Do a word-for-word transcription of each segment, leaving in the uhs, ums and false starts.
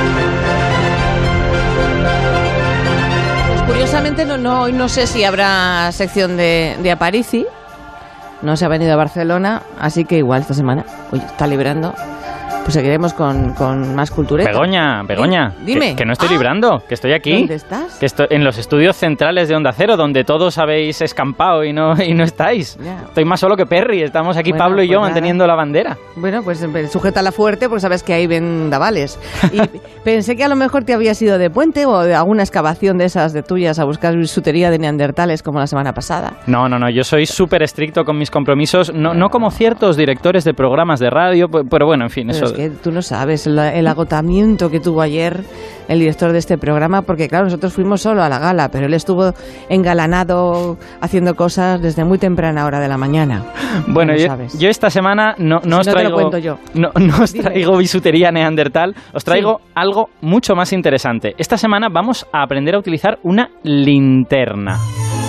Pues curiosamente no, no, no sé si habrá sección de, de Aparici. No se ha venido a Barcelona, así que igual esta semana, oye, está librando. Pues seguiremos con, con más cultureta. Begoña, Begoña, dime. Que, que no estoy ah, librando, que estoy aquí. ¿Dónde estás? Que estoy en los estudios centrales de Onda Cero, donde todos habéis escampado y no, y no estáis. Ya. Estoy más solo que Perry, estamos aquí Bueno, Pablo y pues yo nada. manteniendo la bandera. Bueno, pues sujétala fuerte porque sabes que hay vendavales. Y pensé que a lo mejor te habías ido de puente o de alguna excavación de esas de tuyas a buscar bisutería de neandertales como la semana pasada. No, no, no, yo soy súper estricto con mis compromisos, no, no como ciertos directores de programas de radio, pero bueno, en fin, Pero eso... es que tú no sabes el, el agotamiento que tuvo ayer el director de este programa, porque claro, nosotros fuimos solo a la gala, pero él estuvo engalanado haciendo cosas desde muy temprana hora de la mañana. Bueno, No lo yo, sabes. yo esta semana no, no Si os no te lo traigo, cuento yo. No, no os Dime. traigo bisutería neandertal, os traigo Sí. algo mucho más interesante. Esta semana vamos a aprender a utilizar una linterna.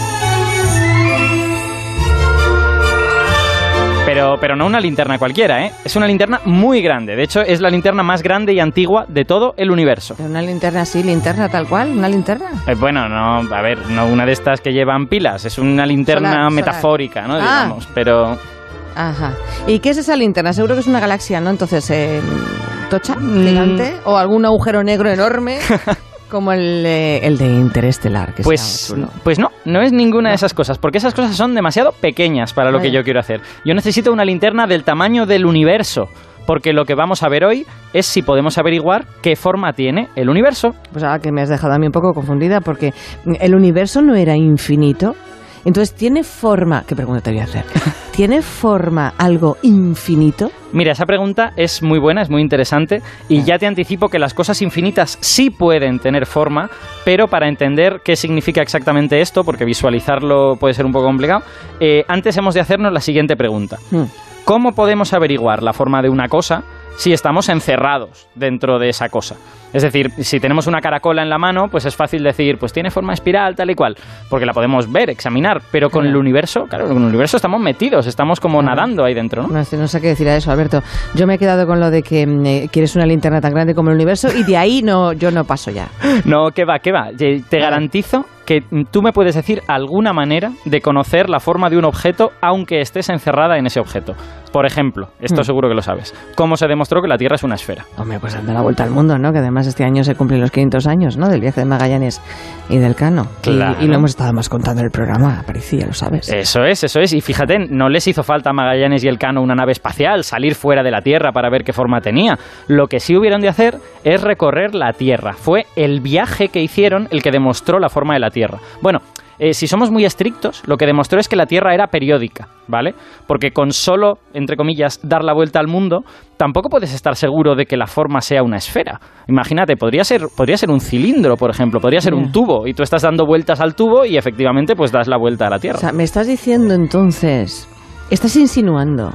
Pero, pero no una linterna cualquiera, ¿eh? Es una linterna muy grande. De hecho, es la linterna más grande y antigua de todo el universo. Pero una linterna así, linterna tal cual, una linterna. Eh, bueno, no, a ver, no una de estas que llevan pilas. Es una linterna Solar, solar. metafórica, ¿no? Ah. Digamos, pero... Ajá. ¿Y qué es esa linterna? Seguro que es una galaxia, ¿no? Entonces, eh, ¿tocha? Mm. ¿Gigante? ¿O algún agujero negro enorme? Como el, eh, el de Interestelar, que Pues, está chulo. pues no, no es ninguna No. de esas cosas, porque esas cosas son demasiado pequeñas para lo que Vaya. yo quiero hacer. Yo necesito una linterna del tamaño del universo, porque lo que vamos a ver hoy es si podemos averiguar qué forma tiene el universo. Pues ahora que me has dejado a mí un poco confundida, porque el universo no era infinito. Entonces, ¿tiene forma? ¿Qué pregunta te voy a hacer? ¿Tiene forma algo infinito? Mira, esa pregunta es muy buena, es muy interesante, y ya te anticipo que las cosas infinitas sí pueden tener forma, pero para entender qué significa exactamente esto, porque visualizarlo puede ser un poco complicado, eh, antes hemos de hacernos la siguiente pregunta. Hmm. ¿Cómo podemos averiguar la forma de una cosa si estamos encerrados dentro de esa cosa? Es decir, si tenemos una caracola en la mano, pues es fácil decir, pues tiene forma espiral, tal y cual, porque la podemos ver, examinar, pero con Claro. el universo, claro, con el universo estamos metidos, estamos como Claro. nadando ahí dentro, ¿no? No sé, no sé qué decir a eso, Alberto. Yo me he quedado con lo de que eh, quieres una linterna tan grande como el universo y de ahí no, yo no paso ya. No, que va, que va. Te te garantizo que tú me puedes decir alguna manera de conocer la forma de un objeto aunque estés encerrada en ese objeto. Por ejemplo, esto Hmm. seguro que lo sabes, ¿cómo se demostró que la Tierra es una esfera? Hombre, pues dando la vuelta al mundo, ¿no? Que además este año se cumplen los quinientos años, ¿no? Del viaje de Magallanes y del Cano. Y- Claro. Y, lo hemos estado más contando en el programa, parecía, lo sabes. Eso es, eso es. Y fíjate, no les hizo falta a Magallanes y Elcano una nave espacial, salir fuera de la Tierra para ver qué forma tenía. Lo que sí hubieron de hacer es recorrer la Tierra. Fue el viaje que hicieron el que demostró la forma de la Tierra. Bueno, eh, si somos muy estrictos, lo que demostró es que la Tierra era periódica, ¿vale? Porque con solo, entre comillas, dar la vuelta al mundo, tampoco puedes estar seguro de que la forma sea una esfera. Imagínate, podría ser, podría ser un cilindro, por ejemplo, podría ser un Ya. tubo, y tú estás dando vueltas al tubo y efectivamente pues das la vuelta a la Tierra. O sea, me estás diciendo entonces, estás insinuando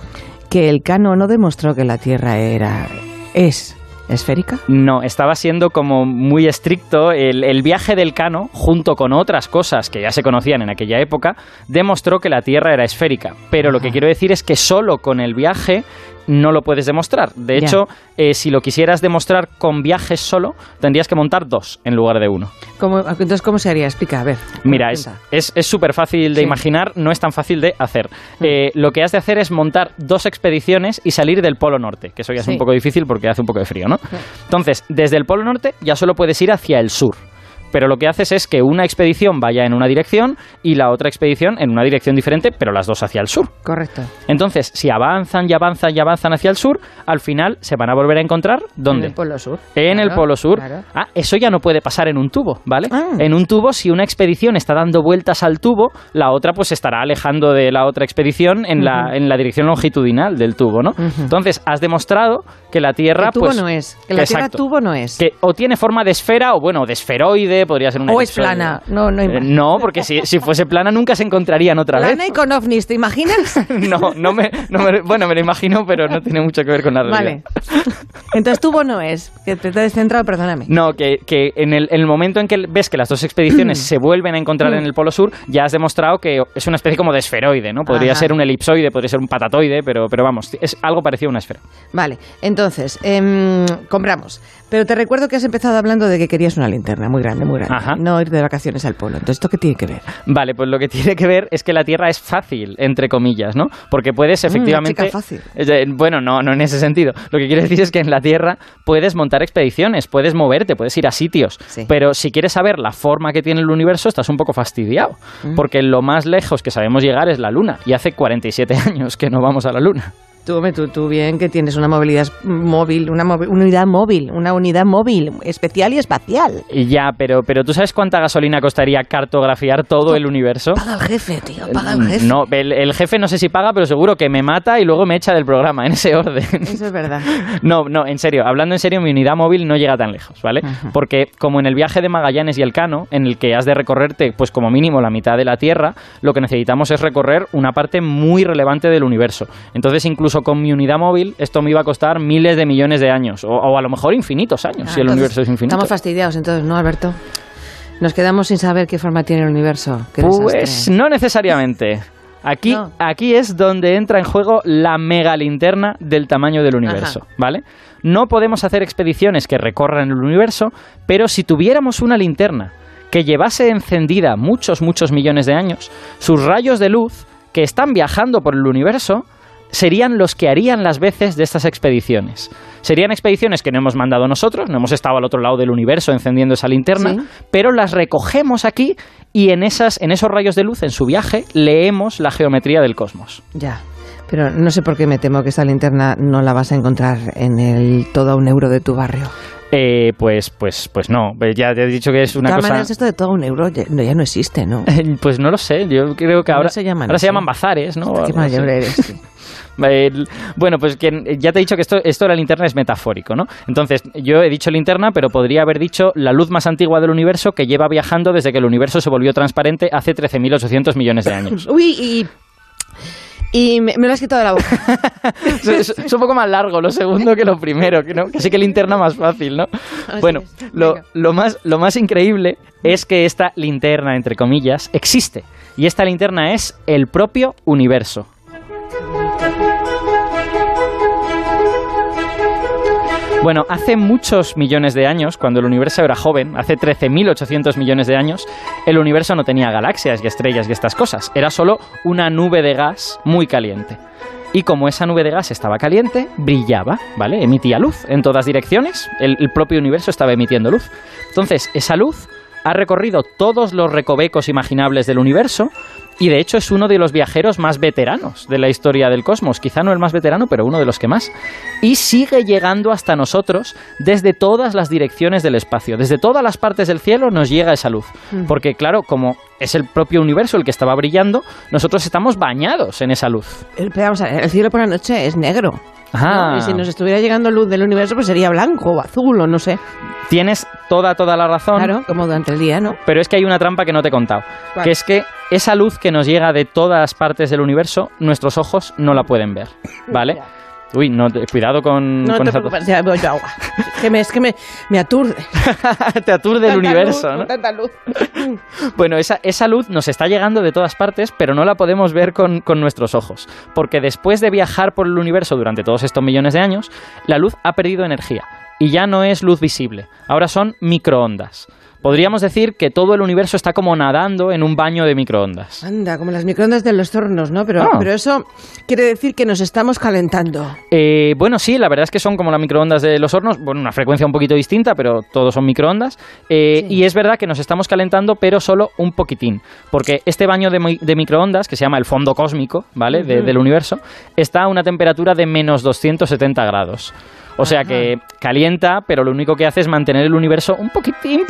que el Cano no demostró que la Tierra era, es esférica. No, estaba siendo como muy estricto. El, el viaje del Cano, junto con otras cosas que ya se conocían en aquella época, demostró que la Tierra era esférica. Pero lo que Ajá. quiero decir es que solo con el viaje no lo puedes demostrar. De Ya. hecho, eh, si lo quisieras demostrar con viajes solo, tendrías que montar dos en lugar de uno. ¿Cómo, entonces, ¿cómo se haría? Explica, a ver. Mira, es cuenta. es es súper fácil de Sí. imaginar, no es tan fácil de hacer. Eh, lo que has de hacer es montar dos expediciones y salir del Polo Norte, que eso ya es Sí. un poco difícil porque hace un poco de frío, ¿no? Entonces, desde el Polo Norte ya solo puedes ir hacia el sur. Pero lo que haces es que una expedición vaya en una dirección y la otra expedición en una dirección diferente, pero las dos hacia el sur. Correcto. Entonces, si avanzan y avanzan y avanzan hacia el sur, al final se van a volver a encontrar, ¿dónde? En el Polo Sur. En el Claro, Polo Sur. claro. Ah, eso ya no puede pasar en un tubo, ¿vale? Ah. En un tubo, si una expedición está dando vueltas al tubo, la otra pues se estará alejando de la otra expedición en, la, Ujú. en la dirección longitudinal del tubo, ¿no? Ujú. Entonces, has demostrado que la Tierra, Que tubo pues... no es. Que la Tierra Exacto. tubo no es. Que o tiene forma de esfera, o bueno, de esferoide, elipsoide, podría ser una o elipsoide. es plana. No, no, hay Eh, no, porque si, si fuese plana nunca se encontrarían otra plana vez. y con ovnis, ¿te imaginas? No, no me, no me, bueno, me lo imagino, pero no tiene mucho que ver con la realidad. Vale. Entonces tú no es, que te, te he descentrado, perdóname. No, que, que en, el, en el momento en que ves que las dos expediciones se vuelven a encontrar en el Polo Sur, ya has demostrado que es una especie como de esferoide, ¿no? Podría Ajá. ser un elipsoide, podría ser un patatoide, pero, pero vamos, es algo parecido a una esfera. Vale, entonces, eh, compramos. Pero te recuerdo que has empezado hablando de que querías una linterna muy grande, muy grande. Ajá. No ir de vacaciones al polo. Entonces, ¿esto qué tiene que ver? Vale, pues lo que tiene que ver es que la Tierra es fácil, entre comillas, ¿no? Porque puedes efectivamente... Una chica fácil. Eh, Bueno, no, no en ese sentido. Lo que quiero decir es que en la Tierra puedes montar expediciones, puedes moverte, puedes ir a sitios. Sí. Pero si quieres saber la forma que tiene el universo, estás un poco fastidiado. Mm. Porque lo más lejos que sabemos llegar es la Luna. Y hace cuarenta y siete años que no vamos a la Luna. Tú, hombre, tú, tú bien que tienes una movilidad móvil, una movi- unidad móvil, una unidad móvil especial y espacial. Y ya, pero, pero ¿tú sabes cuánta gasolina costaría cartografiar todo el universo? Paga el jefe, tío, paga el jefe. No, el, el jefe no sé si paga, pero seguro que me mata y luego me echa del programa, en ese orden. Eso es verdad. No, no, en serio, hablando en serio, mi unidad móvil no llega tan lejos, ¿vale? Ajá. Porque como en el viaje de Magallanes y Elcano, en el que has de recorrerte, pues como mínimo la mitad de la Tierra, lo que necesitamos es recorrer una parte muy relevante del universo. Entonces, incluso con mi unidad móvil, esto me iba a costar miles de millones de años, o, o a lo mejor infinitos años, Ah, si el entonces, universo es infinito. Estamos fastidiados entonces, ¿no, Alberto? Nos quedamos sin saber qué forma tiene el universo. Qué Pues desastre. no necesariamente. Aquí, No. aquí es donde entra en juego la megalinterna del tamaño del universo, Ajá. ¿vale? No podemos hacer expediciones que recorran el universo, pero si tuviéramos una linterna que llevase encendida muchos, muchos millones de años, sus rayos de luz que están viajando por el universo serían los que harían las veces de estas expediciones. Serían expediciones que no hemos mandado nosotros, no hemos estado al otro lado del universo encendiendo esa linterna, Sí. pero las recogemos aquí y en, esas, en esos rayos de luz, en su viaje, leemos la geometría del cosmos. Ya, pero no sé por qué me temo que esta linterna no la vas a encontrar en el todo a un euro de tu barrio. Eh, pues, pues, pues no, ya te he dicho que es una de todas cosa... maneras, esto de todo a un euro ya no, ya no existe, ¿no? Pues no lo sé, yo creo que ¿Cómo ahora se llaman ahora se eso? llaman bazares, ¿no? Qué Algo mayor así. eres, tío. El- bueno, pues que ya te he dicho que esto, esto de la linterna es metafórico, ¿no? Entonces, yo he dicho linterna, pero podría haber dicho la luz más antigua del universo que lleva viajando desde que el universo se volvió transparente hace trece mil ochocientos millones de años. Uy, y... Y me, me lo has quitado de la boca. es, es- es un poco más largo lo segundo que lo primero, que ¿no? Así que linterna más fácil, ¿no? Así Bueno, es. lo, Venga. lo, más, lo más increíble es que esta linterna, entre comillas, existe. Y esta linterna es el propio universo. Bueno, hace muchos millones de años, cuando el universo era joven, hace trece mil ochocientos millones de años, el universo no tenía galaxias y estrellas y estas cosas. Era solo una nube de gas muy caliente. Y como esa nube de gas estaba caliente, brillaba, ¿vale? Emitía luz en todas direcciones. El, el propio universo estaba emitiendo luz. Entonces, esa luz ha recorrido todos los recovecos imaginables del universo y de hecho es uno de los viajeros más veteranos de la historia del cosmos. Quizá no el más veterano, pero uno de los que más. Y sigue llegando hasta nosotros desde todas las direcciones del espacio. Desde todas las partes del cielo nos llega esa luz. Porque claro, como es el propio universo el que estaba brillando, nosotros estamos bañados en esa luz. El, pero vamos a ver, el cielo por la noche es negro. Ajá. ¿no? Y si nos estuviera llegando luz del universo, pues sería blanco o azul o no sé. Tienes toda, toda la razón. Claro, como durante el día, ¿no? Pero es que hay una trampa que no te he contado. ¿Cuál? Que es que esa luz que nos llega de todas partes del universo, nuestros ojos no la pueden ver. ¿Vale? Uy, no, te- cuidado con, No con te esa preocupes, ya voy yo agua. Es que me, es que me, me aturde. te aturde el Tanta universo, luz, ¿no? Tanta luz. Bueno, esa, esa luz nos está llegando de todas partes, pero no la podemos ver con, con nuestros ojos. Porque después de viajar por el universo durante todos estos millones de años, la luz ha perdido energía. Y ya no es luz visible. Ahora son microondas. Podríamos decir que todo el universo está como nadando en un baño de microondas. Anda, como las microondas de los hornos, ¿no? Pero, Ah. pero eso quiere decir que nos estamos calentando. Eh, bueno, sí, la verdad es que son como las microondas de los hornos, bueno, una frecuencia un poquito distinta, pero todos son microondas. Eh, Sí. Y es verdad que nos estamos calentando, pero solo un poquitín, porque este baño de, mi- de microondas, que se llama el fondo cósmico, ¿vale?, de- Ujú. del universo, está a una temperatura de menos doscientos setenta grados. O sea Ajá. que calienta, pero lo único que hace es mantener el universo un poquitín por encima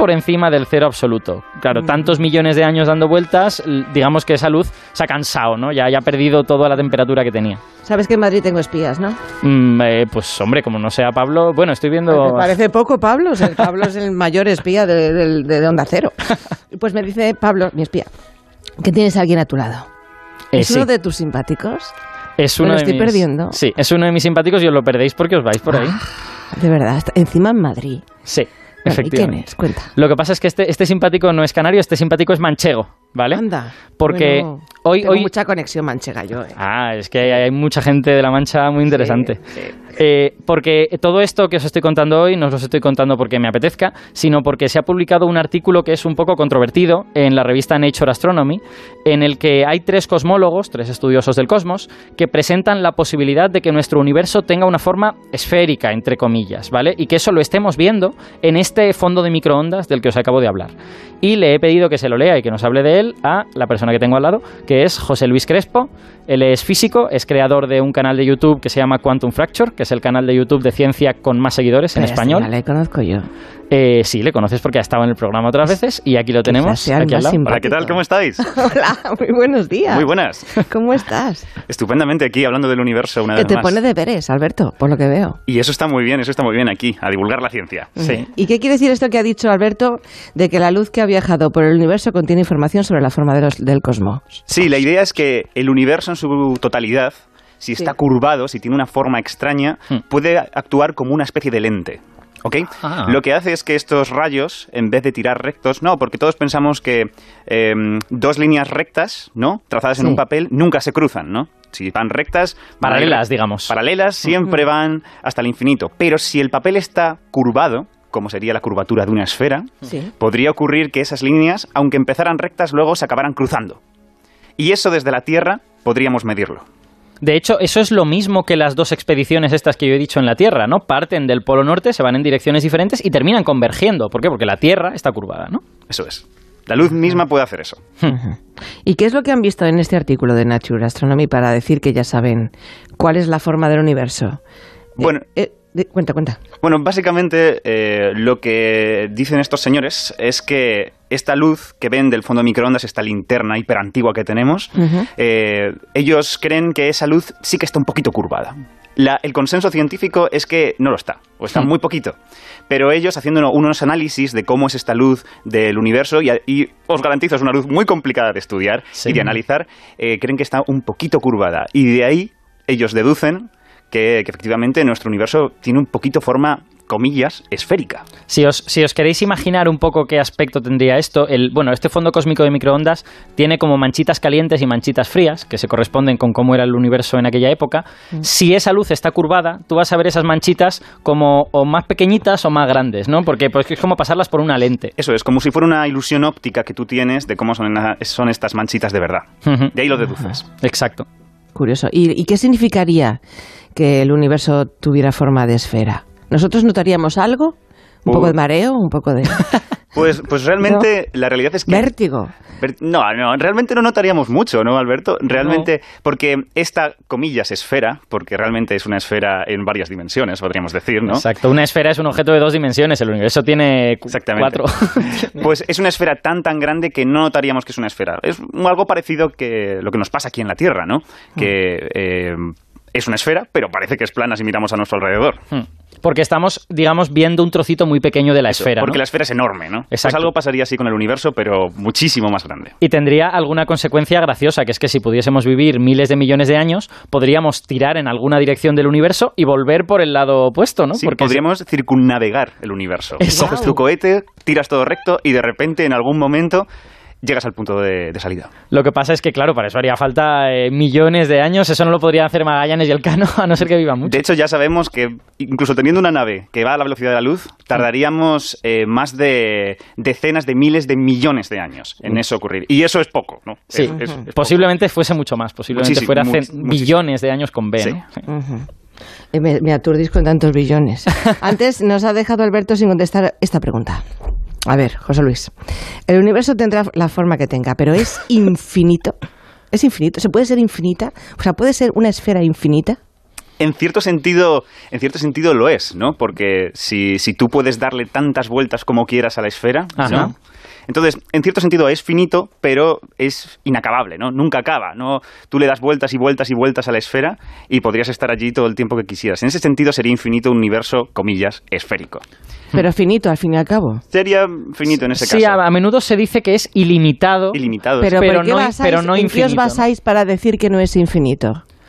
forma del cero absoluto. Claro, mm. tantos millones de años dando vueltas, digamos que esa luz se ha cansado, ¿no? Ya, ya ha perdido toda la temperatura que tenía. Sabes que en Madrid tengo espías, ¿no? Mm, eh, pues hombre, como no sea Pablo, bueno, estoy viendo... Me parece poco Pablo, o sea, Pablo es el mayor espía de, de, de Onda Cero. Pues me dice Pablo, mi espía, que tienes a alguien a tu lado. Eh, ¿Es sí. uno de tus simpáticos? Es uno ¿Me lo de estoy mis... perdiendo? Sí, es uno de mis simpáticos y os lo perdéis porque os vais por ahí. De verdad, encima en Madrid. Sí, bueno, efectivamente. ¿Y quién es? Cuenta. Lo que pasa es que este, este simpático no es canario, este simpático es manchego, ¿vale? Anda. Porque bueno, hoy... tengo hoy... mucha conexión manchega yo, ¿eh? Ah, es que hay, hay mucha gente de La Mancha muy interesante. Sí, sí. Eh, porque todo esto que os estoy contando hoy no os lo estoy contando porque me apetezca, sino porque se ha publicado un artículo que es un poco controvertido en la revista Nature Astronomy, en el que hay tres cosmólogos, tres estudiosos del cosmos, que presentan la posibilidad de que nuestro universo tenga una forma esférica, entre comillas, ¿vale? Y que eso lo estemos viendo en este fondo de microondas del que os acabo de hablar. Y le he pedido que se lo lea y que nos hable de él a la persona que tengo al lado, que es José Luis Crespo. Él es físico, es creador de un canal de YouTube que se llama Quantum Fracture, que es el canal de YouTube de ciencia con más seguidores en Pero español. Ya le conozco yo. Eh, sí, le conoces porque ha estado en el programa otras veces y aquí lo tenemos. Aquí al lado. Hola, ¿qué tal? ¿Cómo estáis? Hola, muy buenos días. Muy buenas. ¿Cómo estás? Estupendamente aquí hablando del universo una Que vez te más. pone deberes, Alberto, por lo que veo. Y eso está muy bien, eso está muy bien aquí, a divulgar la ciencia. Sí. ¿Y qué quiere decir esto que ha dicho Alberto de que la luz que ha viajado por el universo contiene información sobre la forma de los, del cosmos? Sí, la idea es que el universo en su totalidad, si está Sí. curvado, si tiene una forma extraña, Hmm. puede actuar como una especie de lente. ¿Ok? Ah. Lo que hace es que estos rayos, en vez de tirar rectos, no, porque todos pensamos que eh, dos líneas rectas, ¿no? Trazadas en Sí. un papel, nunca se cruzan, ¿no? Si van rectas... van a ir- Paralelas, digamos. Paralelas siempre van hasta el infinito. Pero si el papel está curvado, como sería la curvatura de una esfera, Sí. podría ocurrir que esas líneas, aunque empezaran rectas, luego se acabaran cruzando. Y eso desde la Tierra podríamos medirlo. De hecho, eso es lo mismo que las dos expediciones estas que yo he dicho en la Tierra, ¿no? Parten del Polo Norte, se van en direcciones diferentes y terminan convergiendo. ¿Por qué? Porque la Tierra está curvada, ¿no? Eso es. La luz misma puede hacer eso. ¿Y qué es lo que han visto en este artículo de Nature Astronomy para decir que ya saben cuál es la forma del universo? Bueno, Eh, eh, de- cuenta, cuenta. Bueno, básicamente eh, lo que dicen estos señores es que esta luz que ven del fondo de microondas, esta linterna hiperantigua que tenemos, Ujú. eh, ellos creen que esa luz sí que está un poquito curvada. La- el consenso científico es que no lo está, o está muy poquito. Pero ellos haciendo uno- unos análisis de cómo es esta luz del universo, y, y os garantizo es una luz muy complicada de estudiar Sí. y de analizar, eh, creen que está un poquito curvada. Y de ahí ellos deducen que, que efectivamente nuestro universo tiene un poquito forma, comillas, esférica. Si os, si os queréis imaginar un poco qué aspecto tendría esto, el, bueno, este fondo cósmico de microondas tiene como manchitas calientes y manchitas frías, que se corresponden con cómo era el universo en aquella época. Si esa luz está curvada, tú vas a ver esas manchitas como o más pequeñitas o más grandes, ¿no? Porque pues, es como pasarlas por una lente. Eso es, como si fuera una ilusión óptica que tú tienes de cómo son, son estas manchitas de verdad. Ujú. De ahí lo deduces. Exacto. Curioso. ¿Y, y qué significaría que el universo tuviera forma de esfera? ¿Nosotros notaríamos algo? ¿Un Uh. poco de mareo? ¿Un poco de Pues, pues realmente la realidad es que... vértigo? Ver- No, no, realmente no notaríamos mucho, ¿no, Alberto? Realmente, porque esta, comillas, esfera, porque realmente es una esfera en varias dimensiones, podríamos decir, ¿no? Exacto. Una esfera es un objeto de dos dimensiones, el universo tiene cu- Exactamente. cuatro. Pues es una esfera tan, tan grande que no notaríamos que es una esfera. Es algo parecido que lo que nos pasa aquí en la Tierra, ¿no? Que eh, es una esfera, pero parece que es plana si miramos a nuestro alrededor. Hmm. Porque estamos, digamos, viendo un trocito muy pequeño de la Eso, esfera, porque ¿no? la esfera es enorme, ¿no? Pues Exacto. algo pasaría así con el universo, pero muchísimo más grande. Y tendría alguna consecuencia graciosa, que es que si pudiésemos vivir miles de millones de años, podríamos tirar en alguna dirección del universo y volver por el lado opuesto, ¿no? Sí, Porque podríamos circunnavegar el universo. Eso. Coges Wow. tu cohete, tiras todo recto y de repente en algún momento llegas al punto de, de salida. lo que pasa es que, claro, para eso haría falta eh, millones de años. Eso no lo podrían hacer Magallanes y Elcano, a no ser que vivan mucho. De hecho, ya sabemos que incluso teniendo una nave que va a la velocidad de la luz, tardaríamos eh, más de decenas de miles de millones de años en eso ocurrir. Y eso es poco, ¿no? Sí, Es- es- es poco. posiblemente fuese mucho más. Posiblemente Muchísimo, fuera hace much- muchísimo. billones de años con B, Sí. ¿no? Sí. Ujú. Eh, Me, me aturdís con tantos billones. Antes nos ha dejado Alberto sin contestar esta pregunta. A ver, José Luis, el universo tendrá la forma que tenga, pero ¿es infinito? ¿Es infinito? ¿Se puede ser infinita? O sea, ¿puede ser una esfera infinita? En cierto sentido, en cierto sentido lo es, ¿no? Porque si, si tú puedes darle tantas vueltas como quieras a la esfera, ¿no? Entonces, en cierto sentido es finito, pero es inacabable, ¿no? Nunca acaba, ¿no? Tú le das vueltas y vueltas y vueltas a la esfera y podrías estar allí todo el tiempo que quisieras. En ese sentido sería infinito un universo, comillas, esférico. Pero finito, al fin y al cabo. Sería finito en ese sí, caso. Sí, a, a menudo se dice que es ilimitado. Ilimitado. Pero, pero, ¿por qué no, basáis, pero no ¿en infinito. qué os basáis para decir que no es infinito?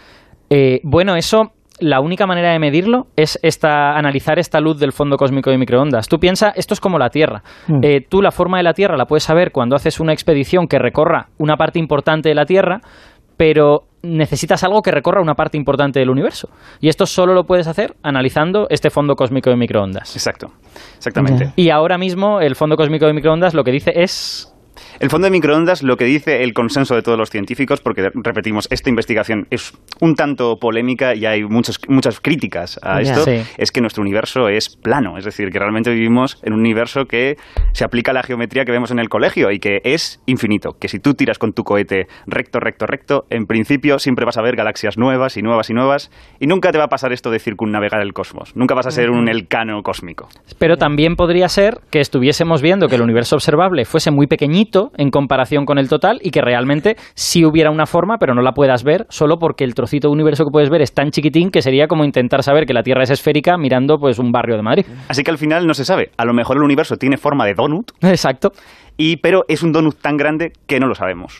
Eh, bueno, eso... La única manera de medirlo es esta, analizar esta luz del fondo cósmico de microondas. Tú piensas, esto es como la Tierra. Mm. Eh, tú la forma de la Tierra la puedes saber cuando haces una expedición que recorra una parte importante de la Tierra, pero necesitas algo que recorra una parte importante del universo. Y esto solo lo puedes hacer analizando este fondo cósmico de microondas. Exacto, exactamente. Y ahora mismo el fondo cósmico de microondas lo que dice es... El fondo de microondas, lo que dice el consenso de todos los científicos, porque repetimos, esta investigación es un tanto polémica y hay muchos, muchas críticas a yeah. esto, sí. es que nuestro universo es plano, es decir, que realmente vivimos en un universo que se aplica a la geometría que vemos en el colegio y que es infinito, que si tú tiras con tu cohete recto, recto, recto, en principio siempre vas a ver galaxias nuevas y nuevas y nuevas y nunca te va a pasar esto de circunnavegar el cosmos, nunca vas a ser un elcano cósmico. Pero también podría ser que estuviésemos viendo que el universo observable fuese muy pequeñito en comparación con el total y que realmente sí hubiera una forma, pero no la puedas ver solo porque el trocito de universo que puedes ver es tan chiquitín que sería como intentar saber que la Tierra es esférica mirando pues un barrio de Madrid. Así que al final no se sabe. A lo mejor el universo tiene forma de donut. Exacto. Y, pero es un donut tan grande que no lo sabemos.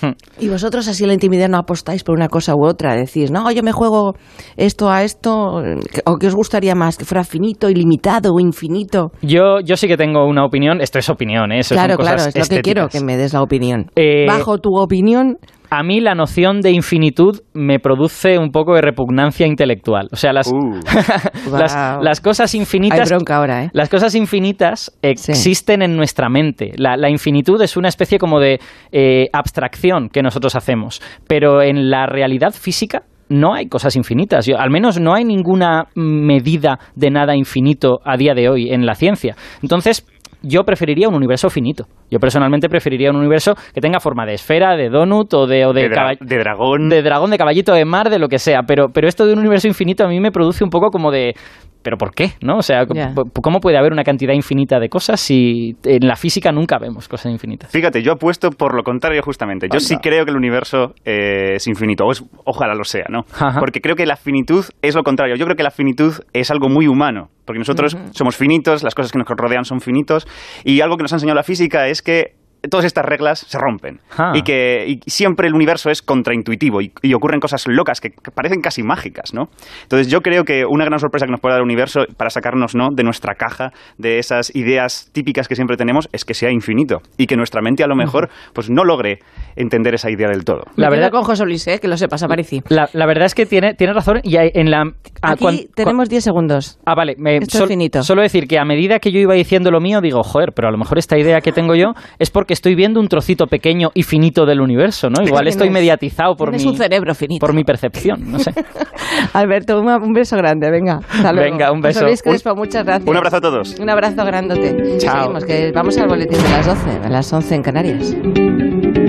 Y vosotros así en la intimidad no apostáis por una cosa u otra, decís, no, yo me juego esto a esto, o qué os gustaría más, que fuera finito, ilimitado o infinito. Yo, yo sí que tengo una opinión, esto es opinión, ¿eh? Eso claro, son cosas claro, es estéticas. lo que quiero, que me des la opinión. Eh, Bajo tu opinión... A mí la noción de infinitud me produce un poco de repugnancia intelectual. O sea, las, uh. las, wow. las cosas infinitas. Hay bronca ahora, ¿eh? Las cosas infinitas existen sí. en nuestra mente. La, la infinitud es una especie como de eh, abstracción que nosotros hacemos. Pero en la realidad física no hay cosas infinitas. Yo, al menos no hay ninguna medida de nada infinito a día de hoy en la ciencia. Entonces, yo preferiría un universo finito. Yo personalmente preferiría un universo que tenga forma de esfera, de donut o de... O de, de, dra de dragón. De dragón, de caballito de mar, de lo que sea. Pero, pero esto de un universo infinito a mí me produce un poco como de... ¿Pero por qué? ¿No? O sea, yeah. ¿cómo puede haber una cantidad infinita de cosas si en la física nunca vemos cosas infinitas? Fíjate, yo apuesto por lo contrario justamente. Yo Anda. sí creo que el universo eh, es infinito. O es, ojalá lo sea, ¿no? Ajá. Porque creo que la finitud es lo contrario. Yo creo que la finitud es algo muy humano. Porque nosotros uh-huh. somos finitos, las cosas que nos rodean son finitos. Y algo que nos ha enseñado la física es que todas estas reglas se rompen ah. y que y siempre el universo es contraintuitivo y, y ocurren cosas locas que, que parecen casi mágicas, ¿no? Entonces yo creo que una gran sorpresa que nos puede dar el universo para sacarnos, ¿no?, de nuestra caja, de esas ideas típicas que siempre tenemos, es que sea infinito y que nuestra mente a lo mejor pues no logre entender esa idea del todo. La verdad con José Luis, ¿eh? Que lo sepas, Aparici. La, la verdad es que tiene, tiene razón y en la... A, Aquí cuan, tenemos diez segundos. Ah, vale. Me, Esto sol, es finito. Solo decir que a medida que yo iba diciendo lo mío, digo, joder, pero a lo mejor esta idea que tengo yo es porque estoy viendo un trocito pequeño y finito del universo, ¿no? Igual estoy mediatizado por mi... un cerebro finito. Por mi percepción, no sé. Alberto, un, un beso grande, venga. Hasta luego. Venga, un beso. José Luis Crespo, un, muchas gracias. Un abrazo a todos. Un abrazo grandote. Chao. Seguimos, que vamos al boletín de las doce, a las once en Canarias.